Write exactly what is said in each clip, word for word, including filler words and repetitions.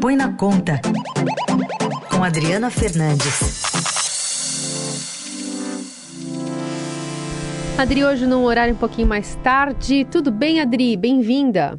Põe na Conta, com Adriana Fernandes. Adri, hoje num horário um pouquinho mais tarde. Tudo bem, Adri? Bem-vinda.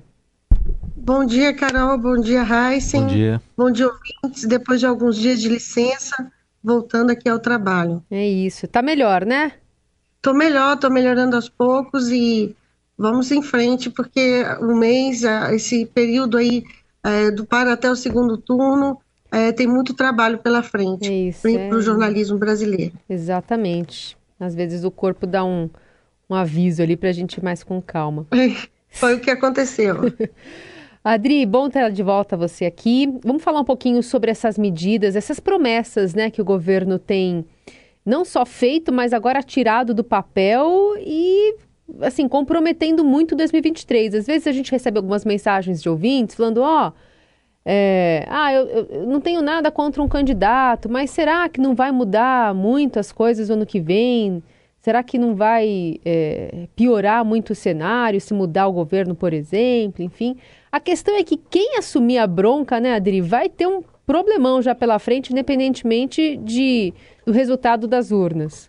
Bom dia, Carol. Bom dia, Raíssen. Bom dia. Bom dia, ouvintes. Depois de alguns dias de licença, voltando aqui ao trabalho. É isso. Tá melhor, né? Tô melhor, tô melhorando aos poucos e vamos em frente, porque o mês, esse período aí é, do para até o segundo turno, é, tem muito trabalho pela frente. É isso. Para o é... jornalismo brasileiro. Exatamente. Às vezes o corpo dá um, um aviso ali pra gente ir mais com calma. Foi o que aconteceu. Adri, bom ter de volta você aqui. Vamos falar um pouquinho sobre essas medidas, essas promessas, né, que o governo tem não só feito, mas agora tirado do papel e, assim, comprometendo muito dois mil e vinte e três. Às vezes a gente recebe algumas mensagens de ouvintes falando, ó, oh, é, ah, eu, eu não tenho nada contra um candidato, mas será que não vai mudar muito as coisas no ano que vem? Será que não vai é, piorar muito o cenário se mudar o governo, por exemplo? Enfim, a questão é que quem assumir a bronca, né, Adri, vai ter um problemão já pela frente, independentemente de, do resultado das urnas.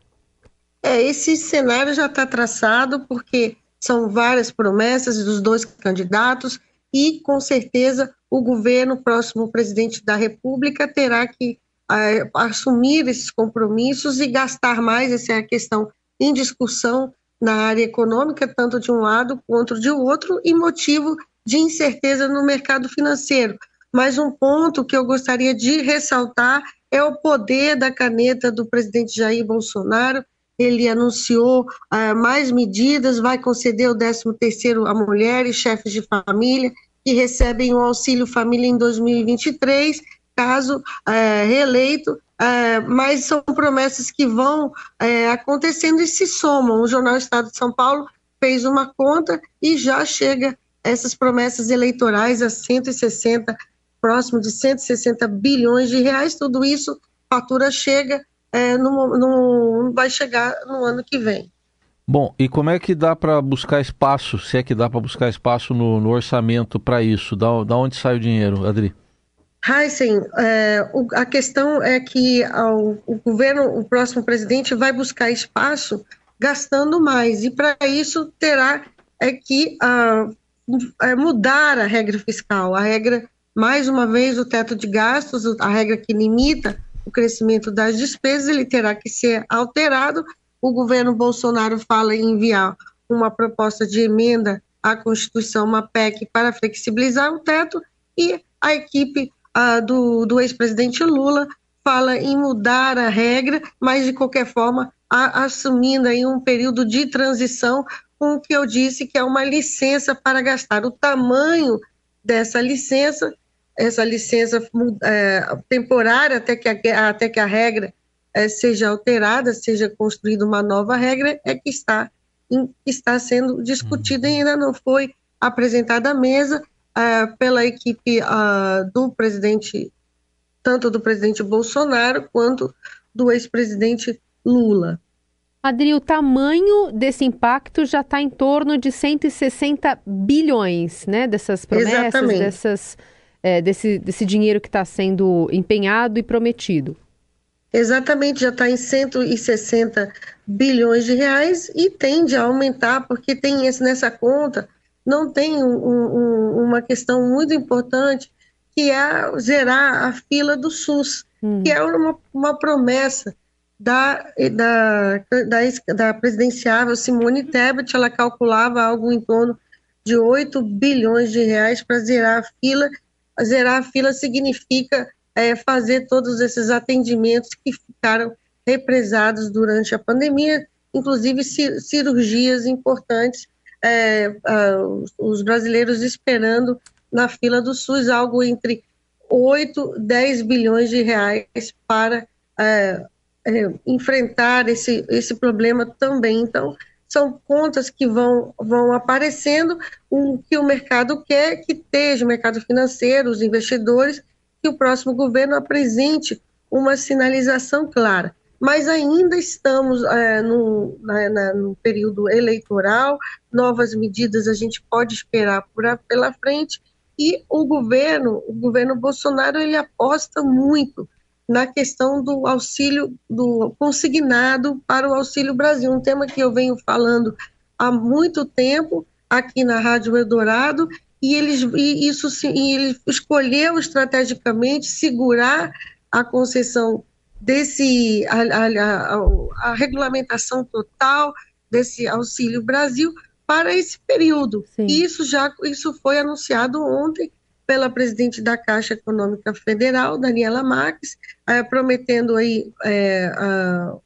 É, esse cenário já está traçado porque são várias promessas dos dois candidatos e, com certeza, o governo, o próximo presidente da República, terá que é, assumir esses compromissos e gastar mais. Essa é a questão em discussão na área econômica, tanto de um lado quanto de outro, e motivo de incerteza no mercado financeiro. Mas um ponto que eu gostaria de ressaltar é o poder da caneta do presidente Jair Bolsonaro. Ele anunciou uh, mais medidas, vai conceder o décimo terceiro a mulheres, chefes de família, que recebem o Auxílio Família em dois mil e vinte e três, caso uh, reeleito, uh, mas são promessas que vão uh, acontecendo e se somam. O Jornal Estado de São Paulo fez uma conta e já chega essas promessas eleitorais a cento e sessenta, próximo de cento e sessenta bilhões de reais. Tudo isso, fatura chega, é, no, no, vai chegar no ano que vem. Bom, e como é que dá para buscar espaço, se é que dá para buscar espaço no, no orçamento para isso? Da, da onde sai o dinheiro, Adri? Raíssen, é, o, a questão é que ao, o governo, o próximo presidente vai buscar espaço gastando mais, e para isso terá é que uh, é, mudar a regra fiscal, a regra, mais uma vez, o teto de gastos, a regra que limita o crescimento das despesas, ele terá que ser alterado. O governo Bolsonaro fala em enviar uma proposta de emenda à Constituição, uma P E C, para flexibilizar o teto, e a equipe uh, do, do ex-presidente Lula fala em mudar a regra, mas de qualquer forma a, assumindo aí um período de transição com o que eu disse que é uma licença para gastar. O tamanho dessa licença, essa licença é, temporária até que a, até que a regra é, seja alterada, seja construída uma nova regra, é que está, em, está sendo discutida e ainda não foi apresentada à mesa é, pela equipe a, do presidente, tanto do presidente Bolsonaro quanto do ex-presidente Lula. Adri, o tamanho desse impacto já está em torno de cento e sessenta bilhões, né? Dessas promessas, dessas, é, desse, desse dinheiro que está sendo empenhado e prometido. Exatamente, já está em cento e sessenta bilhões de reais e tende a aumentar, porque tem esse, nessa conta, não tem um, um, uma questão muito importante, que é zerar a fila do SUS, hum. que é uma, uma promessa Da, da, da, da presidenciável Simone Tebet. Ela calculava algo em torno de oito bilhões de reais para zerar a fila. Zerar a fila significa é, fazer todos esses atendimentos que ficaram represados durante a pandemia, inclusive cirurgias importantes, é, uh, os brasileiros esperando na fila do SUS algo entre oito, dez bilhões de reais para uh, É, enfrentar esse, esse problema também. Então, são contas que vão, vão aparecendo, o que o mercado quer que esteja, o mercado financeiro, os investidores, que o próximo governo apresente uma sinalização clara. Mas ainda estamos é, no, na, na, no período eleitoral, novas medidas a gente pode esperar por a, pela frente, E o governo, o governo Bolsonaro, ele aposta muito na questão do auxílio, do consignado para o Auxílio Brasil, um tema que eu venho falando há muito tempo aqui na Rádio Eldorado, e, eles, e isso, e ele escolheu estrategicamente segurar a concessão desse, a, a, a, a regulamentação total desse Auxílio Brasil para esse período. Sim. E isso já isso foi anunciado ontem pela presidente da Caixa Econômica Federal, Daniela Marques, eh, prometendo aí eh, a,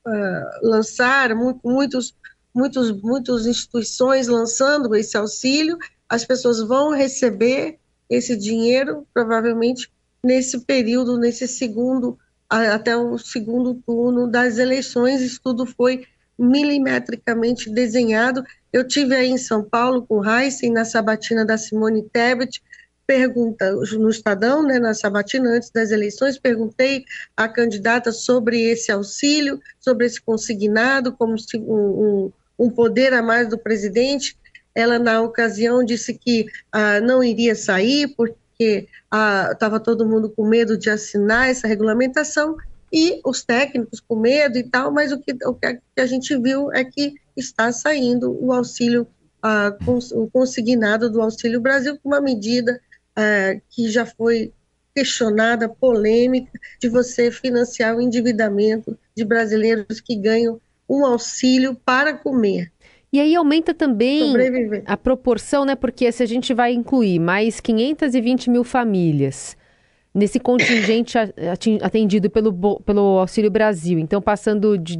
a lançar mu- muitos, muitos, muitas instituições lançando esse auxílio. As pessoas vão receber esse dinheiro, provavelmente nesse período, nesse segundo, até o segundo turno das eleições. Isso tudo foi milimetricamente desenhado. Eu tive aí em São Paulo com o Heisen, na sabatina da Simone Tebet, pergunta no Estadão, né, na sabatina antes das eleições, perguntei à candidata sobre esse auxílio, sobre esse consignado, como se um, um, um poder a mais do presidente. Ela, na ocasião, disse que ah, não iria sair, porque estava ah, todo mundo com medo de assinar essa regulamentação, e os técnicos com medo e tal, mas o que, o que a gente viu é que está saindo o auxílio, ah, cons, o consignado do Auxílio Brasil, com uma medida ah, que já foi questionada, polêmica, de você financiar o endividamento de brasileiros que ganham um auxílio para comer. E aí aumenta também a proporção, né? Porque se a gente vai incluir mais quinhentas e vinte mil famílias nesse contingente atendido pelo, pelo Auxílio Brasil, então passando de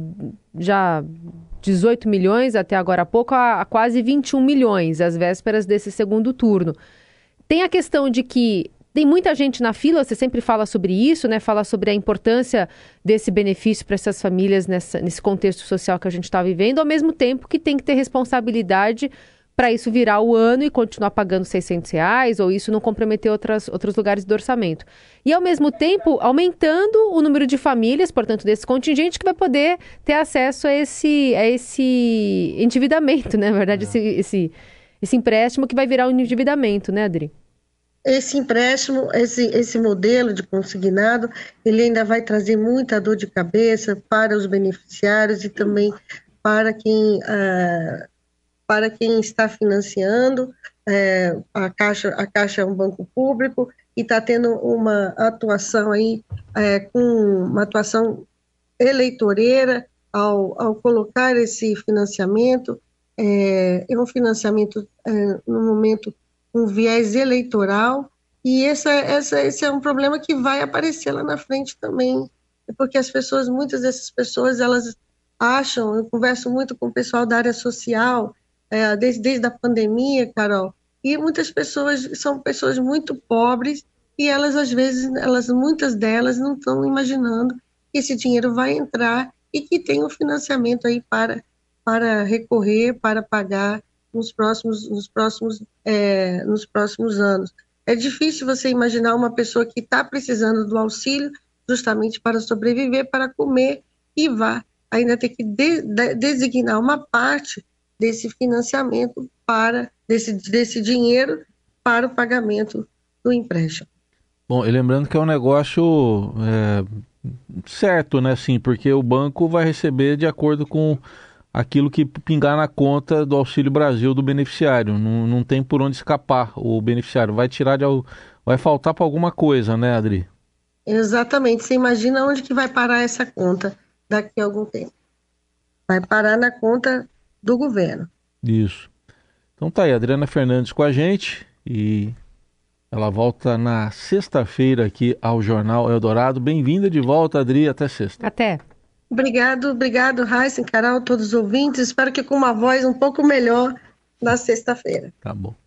já dezoito milhões até agora há pouco a, a quase vinte e um milhões, às vésperas desse segundo turno. Tem a questão de que tem muita gente na fila, você sempre fala sobre isso, né? Fala sobre a importância desse benefício para essas famílias nessa, nesse contexto social que a gente está vivendo, ao mesmo tempo que tem que ter responsabilidade para isso virar o ano e continuar pagando seiscentos reais, ou isso não comprometer outras, outros lugares do orçamento. E, ao mesmo tempo, aumentando o número de famílias, portanto, desse contingente, que vai poder ter acesso a esse, a esse endividamento, né? Na verdade, é. esse, esse, esse empréstimo que vai virar um endividamento, né, Adri? Esse empréstimo, esse, esse modelo de consignado, ele ainda vai trazer muita dor de cabeça para os beneficiários e também para quem, ah, para quem está financiando. É, a, Caixa, a Caixa é um banco público e está tendo uma atuação aí, é, com uma atuação eleitoreira ao, ao colocar esse financiamento. É, é um financiamento, é, no momento, um viés eleitoral, e essa, essa, esse é um problema que vai aparecer lá na frente também, porque as pessoas, muitas dessas pessoas, elas acham, eu converso muito com o pessoal da área social, é, desde, desde a pandemia, Carol, e muitas pessoas são pessoas muito pobres, e elas, às vezes, elas, muitas delas não estão imaginando que esse dinheiro vai entrar e que tem um financiamento aí para, para recorrer, para pagar nos próximos, nos próximos, é, nos próximos anos. É difícil você imaginar uma pessoa que está precisando do auxílio justamente para sobreviver, para comer, e vá ainda ter que de, de, designar uma parte desse financiamento, para desse, desse dinheiro para o pagamento do empréstimo. Bom, e lembrando que é um negócio é, certo, né? Sim, porque o banco vai receber de acordo com aquilo que pingar na conta do Auxílio Brasil do beneficiário. Não, não tem por onde escapar. O beneficiário vai tirar de, vai faltar para alguma coisa, né, Adri? Exatamente. Você imagina onde que vai parar essa conta daqui a algum tempo. Vai parar na conta do governo. Isso. Então tá aí, Adriana Fernandes com a gente, e ela volta na sexta-feira aqui ao Jornal Eldorado. Bem-vinda de volta, Adri, até sexta. Até. Obrigado, obrigado, Heisen, Carol, todos os ouvintes. Espero que com uma voz um pouco melhor na sexta-feira. Tá bom.